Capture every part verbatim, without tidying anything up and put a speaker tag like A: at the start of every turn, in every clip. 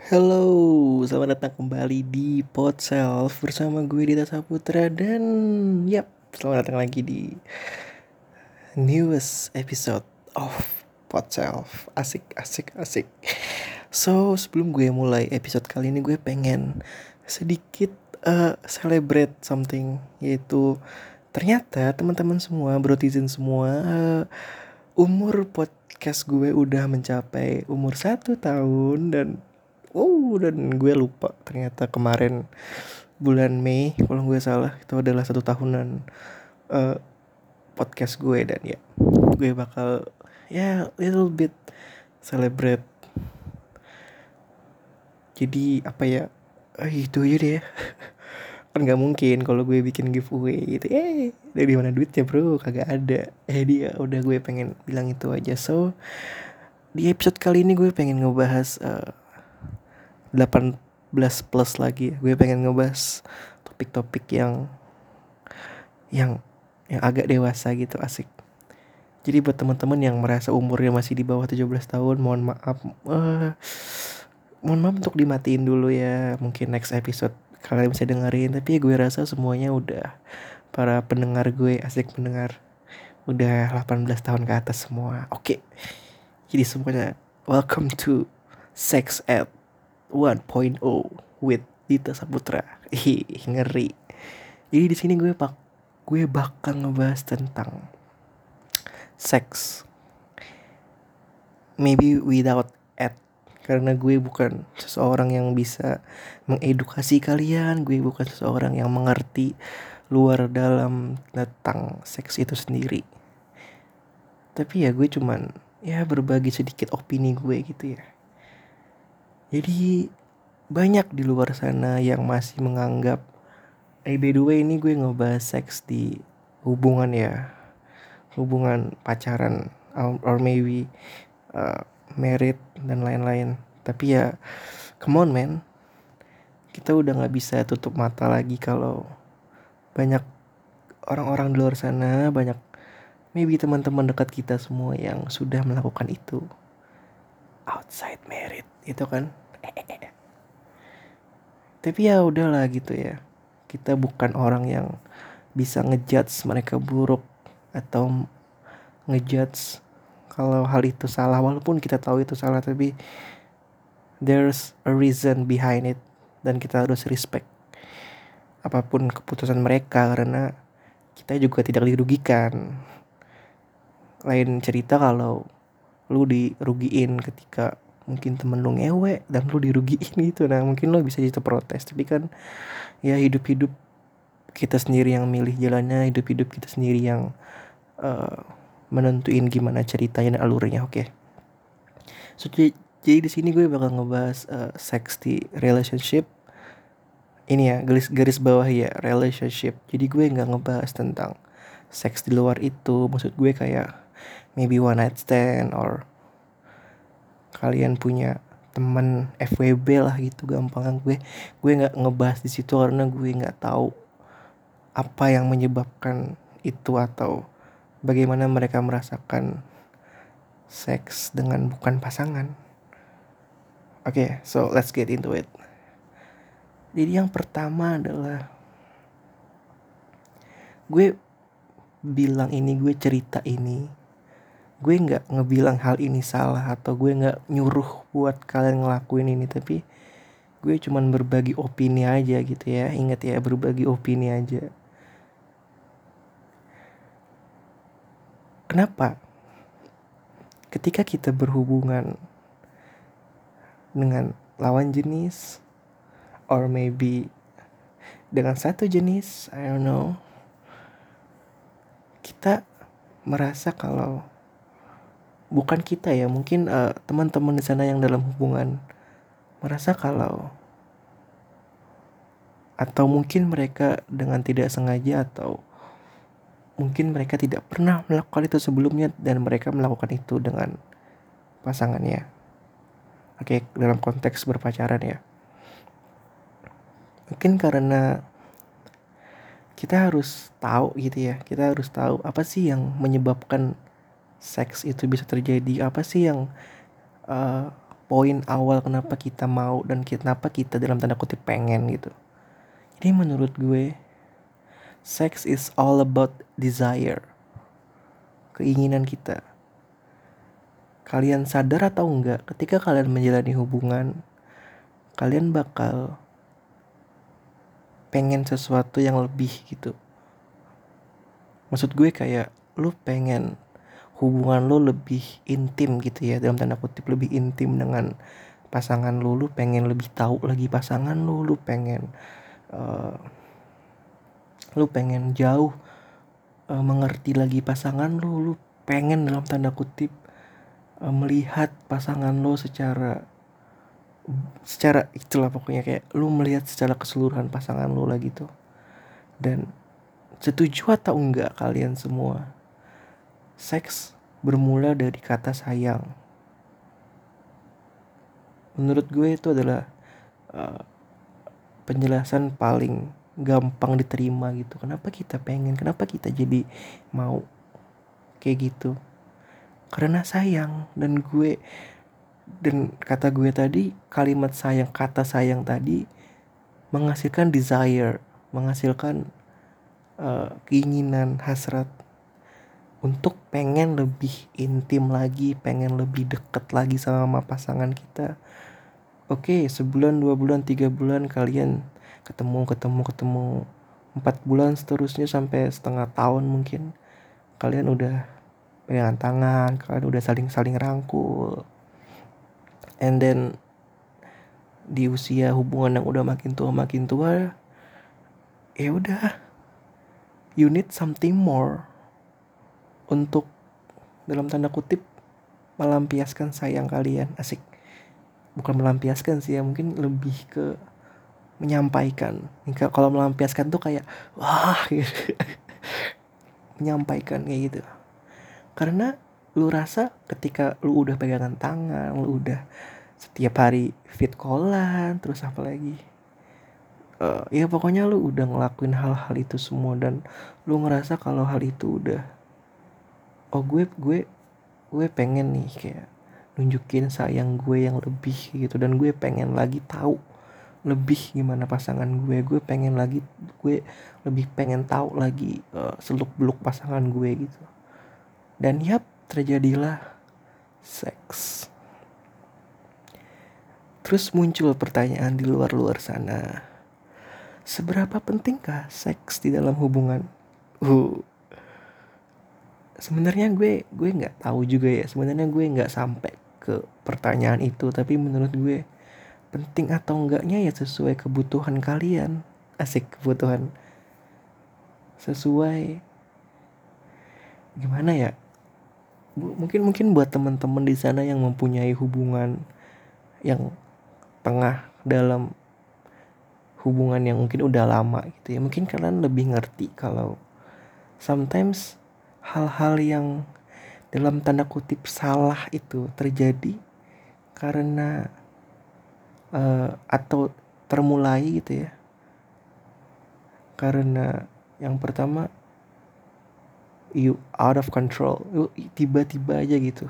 A: Halo, selamat datang kembali di Podself bersama gue Dita Saputra dan yap, selamat datang lagi di newest episode of Podself. Asik, asik, asik. So, sebelum gue mulai episode kali ini gue pengen sedikit uh, celebrate something, yaitu ternyata teman-teman semua, brotizen semua, uh, umur podcast gue udah mencapai umur satu tahun dan oh dan gue lupa ternyata kemarin bulan Mei kalau gue salah itu adalah satu tahunan uh, podcast gue dan ya gue bakal ya little bit celebrate. Jadi apa ya, eh, itu aja deh ya. Kan nggak mungkin kalau gue bikin giveaway gitu, eh dari mana duitnya bro, kagak ada. Eh dia udah, gue pengen bilang itu aja. So di episode kali ini gue pengen ngebahas uh, delapan belas plus lagi. Gue pengen ngebahas topik-topik yang yang yang agak dewasa gitu, asik. Jadi buat teman-teman yang merasa umurnya masih di bawah tujuh belas tahun, mohon maaf, uh, mohon maaf untuk dimatiin dulu ya. Mungkin next episode kalian bisa dengerin, tapi gue rasa semuanya udah, para pendengar gue, asik pendengar, udah delapan belas tahun ke atas semua. Oke. Jadi semuanya welcome to Sex Ed one point oh with Dita Saputra. Ih, ngeri. Jadi di sini gue pak gue bakal ngebahas tentang seks, maybe without ad, karena gue bukan seseorang yang bisa mengedukasi kalian, gue bukan seseorang yang mengerti luar dalam tentang seks itu sendiri. Tapi ya gue cuman ya berbagi sedikit opini gue gitu ya. Jadi banyak di luar sana yang masih menganggap, eh by the way ini gue ngebahas seks di hubungan ya, hubungan pacaran or, or maybe uh, married dan lain-lain. Tapi ya come on man, kita udah nggak bisa tutup mata lagi kalau banyak orang-orang di luar sana, banyak maybe teman-teman dekat kita semua yang sudah melakukan itu outside married itu kan. Tapi ya udahlah gitu ya, kita bukan orang yang bisa ngejudge mereka buruk atau ngejudge kalau hal itu salah, walaupun kita tahu itu salah, tapi there's a reason behind it dan kita harus respect apapun keputusan mereka karena kita juga tidak dirugikan. Lain cerita kalau lu dirugiin ketika mungkin temen lu ngewe dan lu dirugiin gitu, nah mungkin lu bisa gitu protes. Tapi kan ya hidup-hidup kita sendiri yang milih jalannya, hidup-hidup kita sendiri yang uh, menentuin gimana ceritanya dan alurnya. Oke. Okay. So jadi, jadi di sini gue bakal ngebahas uh, seks di relationship. Ini ya garis garis bawah ya, relationship. Jadi gue nggak ngebahas tentang seks di luar itu. Maksud gue kayak maybe one night stand or kalian punya teman F W B lah gitu, gampang. Gue gue nggak ngebahas di situ karena gue nggak tahu apa yang menyebabkan itu atau bagaimana mereka merasakan seks dengan bukan pasangan. Oke, okay, so let's get into it. Jadi yang pertama adalah gue bilang ini, gue cerita ini, gue nggak ngebilang hal ini salah atau gue nggak nyuruh buat kalian ngelakuin ini, tapi gue cuman berbagi opini aja gitu ya. Ingat ya, berbagi opini aja. Kenapa? Ketika kita berhubungan dengan lawan jenis or maybe dengan satu jenis, I don't know, kita merasa kalau bukan kita ya, mungkin uh, teman-teman di sana yang dalam hubungan merasa kalau, atau mungkin mereka dengan tidak sengaja atau mungkin mereka tidak pernah melakukan itu sebelumnya dan mereka melakukan itu dengan pasangannya. Oke, dalam konteks berpacaran ya. Mungkin karena kita harus tahu gitu ya, kita harus tahu apa sih yang menyebabkan seks itu bisa terjadi, apa sih yang uh, poin awal kenapa kita mau dan kenapa kita dalam tanda kutip pengen gitu. Jadi menurut gue, sex is all about desire, keinginan kita. Kalian sadar atau enggak, ketika kalian menjalani hubungan, kalian bakal pengen sesuatu yang lebih gitu. Maksud gue kayak lu pengen hubungan lu lebih intim gitu ya, dalam tanda kutip lebih intim dengan pasangan lu. Lu pengen lebih tahu lagi pasangan lu, lu pengen uh, lu pengen jauh uh, mengerti lagi pasangan lu, lu pengen dalam tanda kutip uh, melihat pasangan lu secara secara itulah pokoknya, kayak lu melihat secara keseluruhan pasangan lu lah gitu. Dan setuju atau enggak kalian semua, seks bermula dari kata sayang. Menurut gue itu adalah uh, penjelasan paling gampang diterima gitu. Kenapa kita pengen, kenapa kita jadi mau kayak gitu? Karena sayang. Dan gue dan kata gue tadi, kalimat sayang, kata sayang tadi menghasilkan desire, menghasilkan uh, keinginan, hasrat untuk pengen lebih intim lagi, pengen lebih deket lagi sama pasangan kita. Oke, sebulan, dua bulan, tiga bulan kalian ketemu, ketemu, ketemu. Empat bulan seterusnya sampai setengah tahun mungkin. Kalian udah pegangan tangan, kalian udah saling-saling rangkul. And then di usia hubungan yang udah makin tua, makin tua, ya udah, you need something more untuk dalam tanda kutip melampiaskan sayang kalian. Asik. Bukan melampiaskan sih ya, mungkin lebih ke menyampaikan. Kalau melampiaskan tuh kayak wah gitu. Menyampaikan kayak gitu. Karena lu rasa ketika lu udah pegangan tangan, lu udah setiap hari fit callan, terus apa lagi, uh, ya pokoknya lu udah ngelakuin hal-hal itu semua, dan lu ngerasa kalau hal itu udah, oh gue gue gue pengen nih kayak nunjukin sayang gue yang lebih gitu, dan gue pengen lagi tahu lebih gimana pasangan gue, gue pengen lagi, gue lebih pengen tahu lagi uh, seluk-beluk pasangan gue gitu. Dan yap, terjadilah seks. Terus muncul pertanyaan di luar-luar sana, seberapa pentingkah seks di dalam hubungan? Uh, sebenarnya gue gue nggak tahu juga ya. Sebenarnya gue nggak sampai ke pertanyaan itu, tapi menurut gue penting atau enggaknya ya sesuai kebutuhan kalian. Asik, kebutuhan. Sesuai gimana ya? Mungkin mungkin buat teman-teman di sana yang mempunyai hubungan yang tengah dalam hubungan yang mungkin udah lama gitu ya, mungkin kalian lebih ngerti kalau sometimes hal-hal yang dalam tanda kutip salah itu terjadi karena uh, atau termulai gitu ya, karena yang pertama you out of control, you tiba-tiba aja gitu.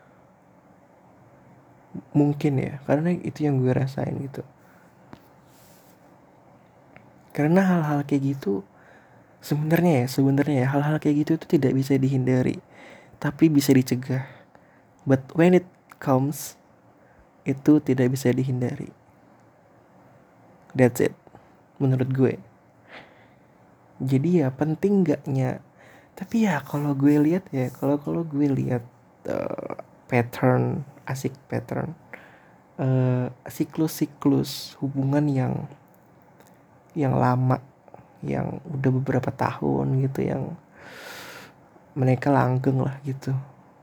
A: Mungkin ya, karena itu yang gue rasain gitu. Karena hal-hal kayak gitu sebenarnya ya, sebenarnya ya hal-hal kayak gitu itu tidak bisa dihindari, tapi bisa dicegah. But when it comes, itu tidak bisa dihindari. That's it, menurut gue. Jadi ya penting gaknya. Tapi ya kalau gue lihat ya, kalau kalau gue lihat uh, pattern, asik pattern, uh, siklus-siklus hubungan yang yang lama, yang udah beberapa tahun gitu, yang mereka langgeng lah gitu.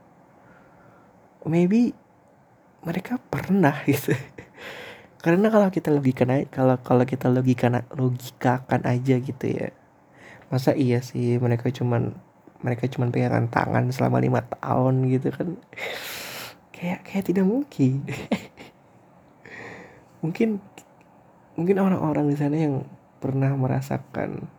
A: Maybe mereka pernah gitu. Karena kalau kita logikakan, kalau kalau kita logikakan logikakan aja gitu ya. Masa iya sih mereka cuman mereka cuman pegangan tangan selama lima tahun gitu kan? Kayak kayak tidak mungkin. mungkin mungkin orang-orang di sana yang pernah merasakan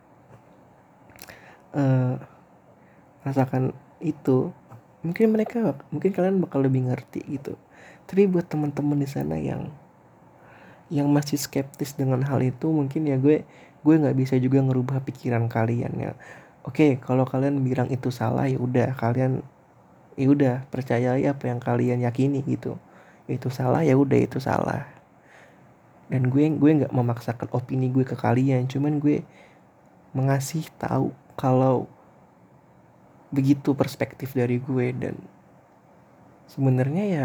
A: uh, merasakan itu, mungkin mereka mungkin kalian bakal lebih ngerti gitu. Tapi buat teman-teman di sana yang yang masih skeptis dengan hal itu, mungkin ya gue gue nggak bisa juga ngerubah pikiran kalian ya. Oke, kalau kalian bilang itu salah ya udah kalian ya udah percayai apa yang kalian yakini gitu. Itu salah ya udah itu salah. Dan gue gue nggak memaksakan opini gue ke kalian, cuman gue mengasih tahu kalau begitu perspektif dari gue. Dan sebenarnya ya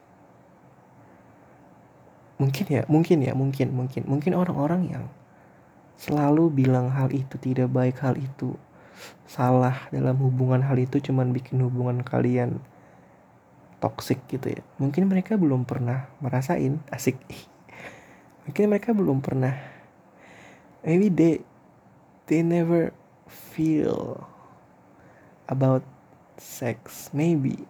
A: mungkin ya mungkin ya mungkin mungkin mungkin orang-orang yang selalu bilang hal itu tidak baik, hal itu salah dalam hubungan, hal itu cuman bikin hubungan kalian toxic gitu ya. Mungkin mereka belum pernah merasain asik. Mungkin mereka belum pernah. Maybe they they never feel about sex. Maybe.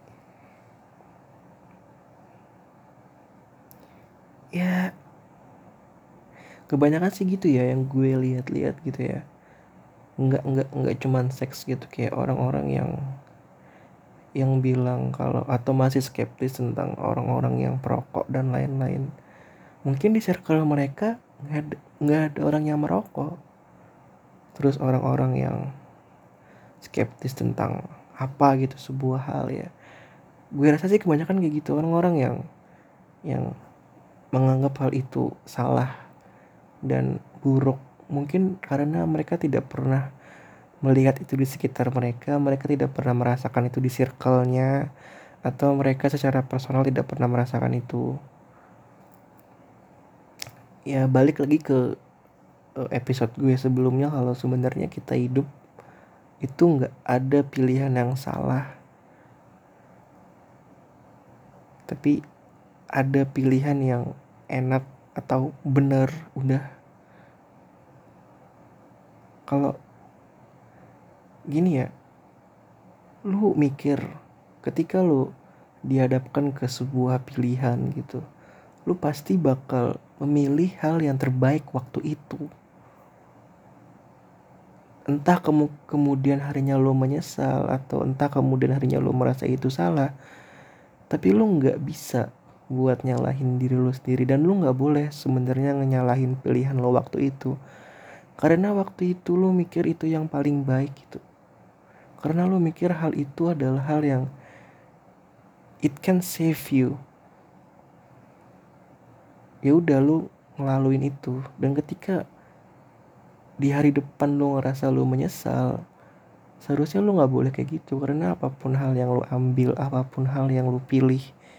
A: Ya, kebanyakan sih gitu ya yang gue lihat-lihat gitu ya. Enggak enggak enggak cuman seks gitu, kayak orang-orang yang yang bilang kalau atau masih skeptis tentang orang-orang yang perokok dan lain-lain. Mungkin di circle mereka nggak ada, nggak ada orang yang merokok. Terus orang-orang yang skeptis tentang apa gitu sebuah hal ya. Gue rasa sih kebanyakan kayak gitu, orang-orang yang yang menganggap hal itu salah dan buruk. Mungkin karena mereka tidak pernah melihat itu di sekitar mereka, mereka tidak pernah merasakan itu di circle-nya, atau mereka secara personal tidak pernah merasakan itu. Ya balik lagi ke episode gue sebelumnya, kalau sebenarnya kita hidup itu nggak ada pilihan yang salah, tapi ada pilihan yang enak atau benar. Udah, kalau gini ya, lu mikir ketika lu dihadapkan ke sebuah pilihan gitu, lu pasti bakal memilih hal yang terbaik waktu itu. Entah kemu- kemudian harinya lu menyesal, atau entah kemudian harinya lu merasa itu salah, tapi lu nggak bisa buat nyalahin diri lu sendiri, dan lu nggak boleh sebenarnya nyalahin pilihan lo waktu itu, karena waktu itu lu mikir itu yang paling baik gitu. Karena lu mikir hal itu adalah hal yang it can save you. Ya udah, lu ngelaluin itu. Dan ketika di hari depan lu ngerasa lu menyesal, seharusnya lu nggak boleh kayak gitu. Karena apapun hal yang lu ambil, apapun hal yang lu pilih,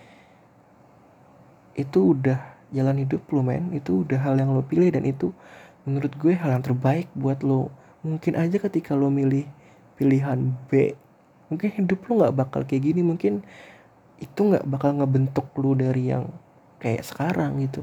A: itu udah jalan hidup lu, men. Itu udah hal yang lu pilih, dan itu menurut gue hal yang terbaik buat lu. Mungkin aja ketika lu milih pilihan B, mungkin hidup lu nggak bakal kayak gini. Mungkin itu nggak bakal ngebentuk lu dari yang kayak sekarang gitu.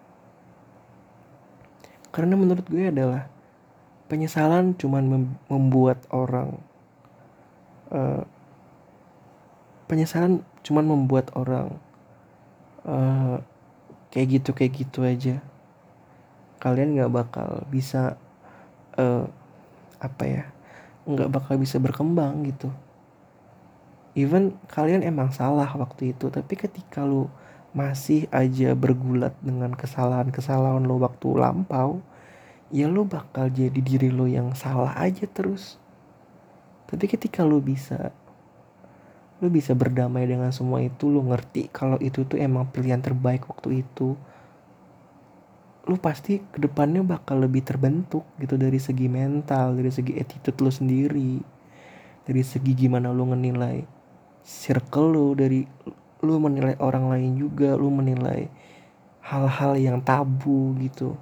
A: Karena menurut gue adalah penyesalan cuman mem- membuat orang uh, penyesalan cuman membuat orang uh, kayak gitu kayak gitu aja. Kalian nggak bakal bisa uh, apa ya, nggak bakal bisa berkembang gitu. Even kalian emang salah waktu itu, tapi ketika lu masih aja bergulat dengan kesalahan-kesalahan lo waktu lampau, ya lu bakal jadi diri lo yang salah aja terus. Tapi ketika lu bisa lu bisa berdamai dengan semua itu, lu ngerti kalau itu tuh emang pilihan terbaik waktu itu, lu pasti kedepannya bakal lebih terbentuk gitu, dari segi mental, dari segi attitude lu sendiri, dari segi gimana lu ngenilai circle lu, dari lu menilai orang lain juga, lu menilai hal-hal yang tabu gitu.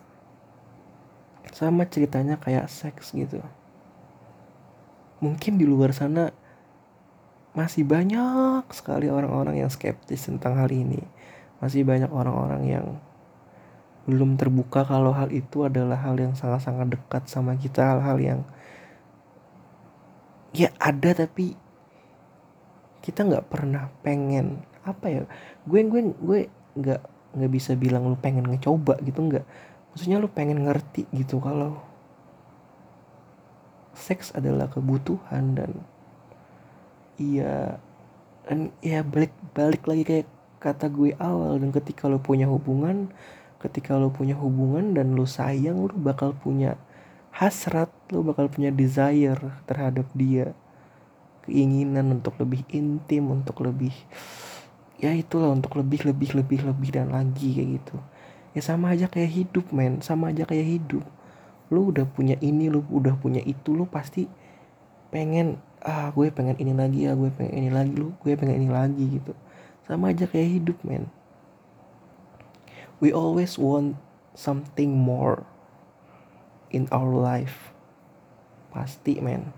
A: Sama ceritanya kayak seks gitu. Mungkin di luar sana masih banyak sekali orang-orang yang skeptis tentang hal ini. Masih banyak orang-orang yang belum terbuka kalau hal itu adalah hal yang sangat-sangat dekat sama kita, hal-hal yang ya ada tapi kita nggak pernah pengen apa ya. Gue gue gue nggak nggak bisa bilang lu pengen ngecoba gitu, nggak. Maksudnya lu pengen ngerti gitu kalau seks adalah kebutuhan. Dan iya, dan ya balik balik lagi kayak kata gue awal, dan ketika lo punya hubungan, ketika lo punya hubungan dan lo sayang, lo bakal punya hasrat, lo bakal punya desire terhadap dia, keinginan untuk lebih intim, untuk lebih, ya itulah, untuk lebih lebih lebih lebih dan lagi kayak gitu. Ya sama aja kayak hidup men, sama aja kayak hidup. Lu udah punya ini, lu udah punya itu, lu pasti pengen, ah gue pengen ini lagi, ya gue pengen ini lagi, lu gue pengen ini lagi gitu. Sama aja kayak hidup men. We always want something more in our life. Pasti men.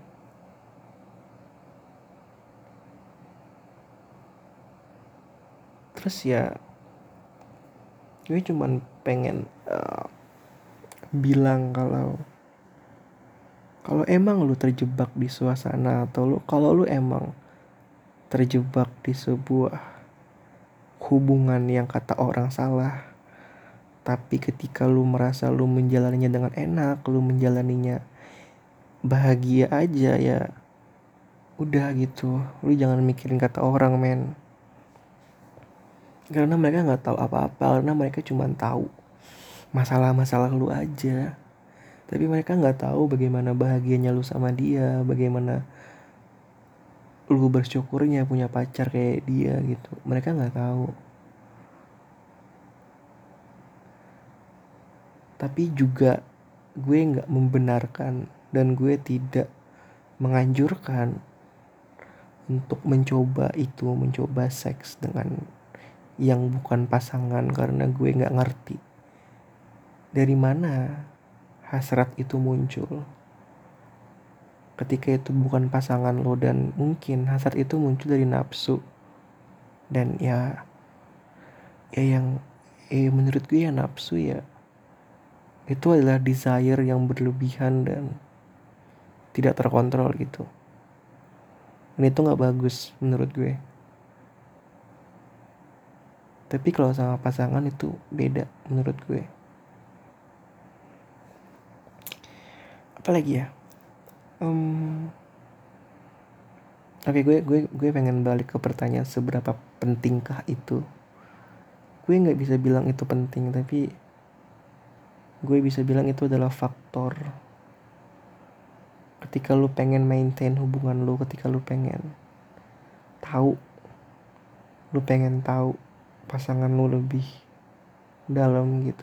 A: Terus ya gue cuman pengen uh, bilang kalau kalau emang lu terjebak di suasana, atau lu kalau lu emang terjebak di sebuah hubungan yang kata orang salah, tapi ketika lu merasa lu menjalaninya dengan enak, lu menjalaninya bahagia aja, ya udah gitu. Lu jangan mikirin kata orang men. Karena mereka gak tahu apa-apa, karena mereka cuma tahu masalah-masalah lu aja. Tapi mereka gak tahu bagaimana bahagianya lu sama dia, bagaimana lu bersyukurnya punya pacar kayak dia gitu. Mereka gak tahu. Tapi juga gue gak membenarkan dan gue tidak menganjurkan untuk mencoba itu, mencoba seks dengan yang bukan pasangan, karena gue gak ngerti dari mana hasrat itu muncul. Ketika itu bukan pasangan lo, dan mungkin hasrat itu muncul dari nafsu. Dan ya, ya yang eh menurut gue ya nafsu ya itu adalah desire yang berlebihan dan tidak terkontrol gitu. Dan itu gak bagus menurut gue. Tapi kalau sama pasangan itu beda menurut gue. Apalagi ya? Um, Oke, gue gue gue pengen balik ke pertanyaan seberapa pentingkah itu. Gue nggak bisa bilang itu penting, tapi gue bisa bilang itu adalah faktor. Ketika lu pengen maintain hubungan lu, ketika lu pengen tahu, lu pengen tahu pasangan lu lebih dalam gitu,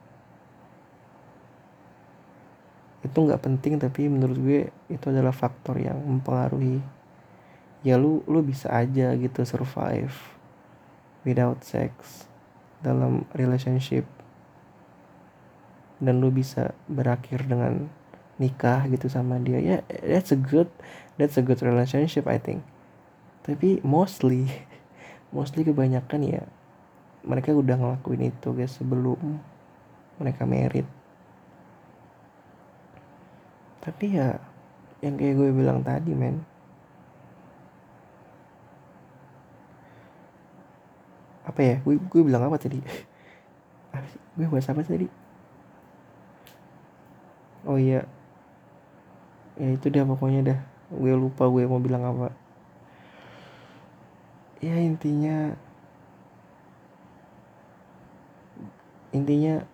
A: itu nggak penting, tapi menurut gue itu adalah faktor yang mempengaruhi. Ya lu lu bisa aja gitu survive without sex dalam relationship, dan lu bisa berakhir dengan nikah gitu sama dia. Ya, yeah, that's a good that's a good relationship I think. Tapi mostly mostly kebanyakan ya mereka udah ngelakuin itu guys sebelum mereka married. Tapi ya yang kayak gue bilang tadi men, apa ya, gue gue bilang apa tadi? Gue bahas apa tadi? Oh iya, ya itu dah pokoknya dah. Gue lupa gue mau bilang apa. Ya intinya intinya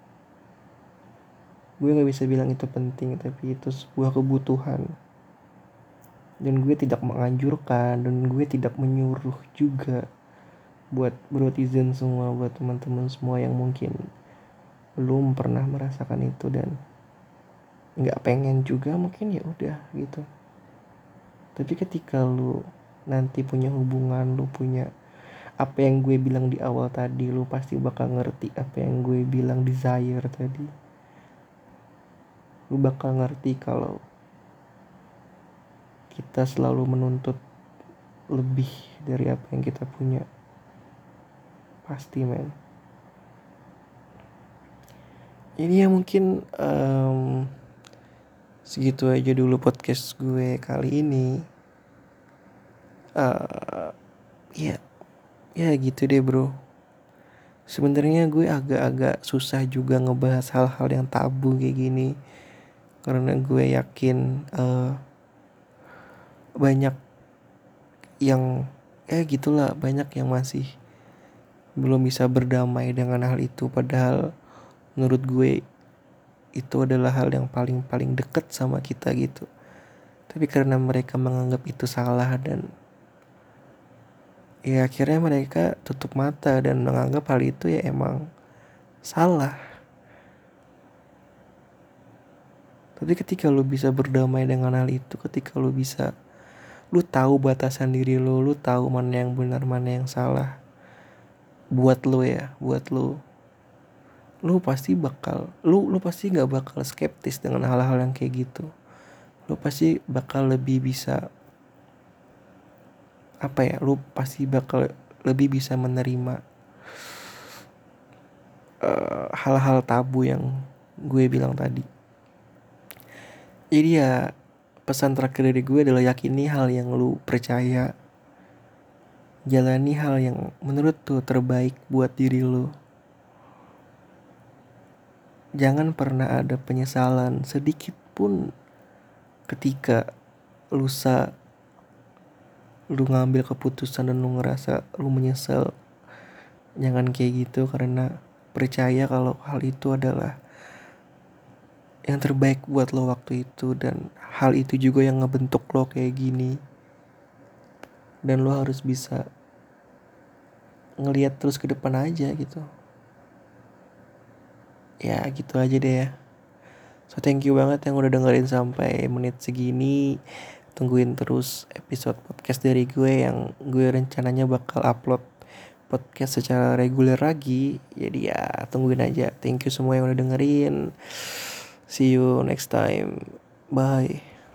A: gue nggak bisa bilang itu penting, tapi itu sebuah kebutuhan. Dan gue tidak menganjurkan, dan gue tidak menyuruh juga buat brotizen semua, buat teman-teman semua yang mungkin belum pernah merasakan itu dan nggak pengen juga, mungkin ya udah gitu. Tapi ketika lu nanti punya hubungan, lu punya apa yang gue bilang di awal tadi, lu pasti bakal ngerti apa yang gue bilang desire tadi. Lu bakal ngerti kalau kita selalu menuntut lebih dari apa yang kita punya. Pasti men. Ini ya mungkin um, segitu aja dulu podcast gue kali ini. Uh, ya, ya gitu deh bro. Sebenarnya gue agak-agak susah juga ngebahas hal-hal yang tabu kayak gini, karena gue yakin uh, banyak yang eh gitulah banyak yang masih belum bisa berdamai dengan hal itu, padahal menurut gue itu adalah hal yang paling-paling deket sama kita gitu. Tapi karena mereka menganggap itu salah, dan ya akhirnya mereka tutup mata dan menganggap hal itu ya emang salah. Tapi ketika lu bisa berdamai dengan hal itu, ketika lu bisa, lu tahu batasan diri lu, lu tahu mana yang benar, mana yang salah. Buat lu ya, buat lu, lu pasti bakal, lu lu pasti nggak bakal skeptis dengan hal-hal yang kayak gitu. Lu pasti bakal lebih bisa, apa ya, lu pasti bakal lebih bisa menerima uh, hal-hal tabu yang gue bilang tadi. Jadi ya pesan terakhir dari gue adalah yakini hal yang lu percaya, jalani hal yang menurut tuh terbaik buat diri lu. Jangan pernah ada penyesalan sedikit pun ketika lusa lu ngambil keputusan dan lu ngerasa lu menyesal. Jangan kayak gitu, karena percaya kalau hal itu adalah yang terbaik buat lo waktu itu, dan hal itu juga yang ngebentuk lo kayak gini. Dan lo harus bisa ngelihat terus ke depan aja gitu. Ya gitu aja deh ya. So thank you banget yang udah dengerin sampai menit segini. Tungguin terus episode podcast dari gue yang gue rencananya bakal upload podcast secara reguler lagi. Jadi ya tungguin aja. Thank you semua yang udah dengerin. See you next time. Bye.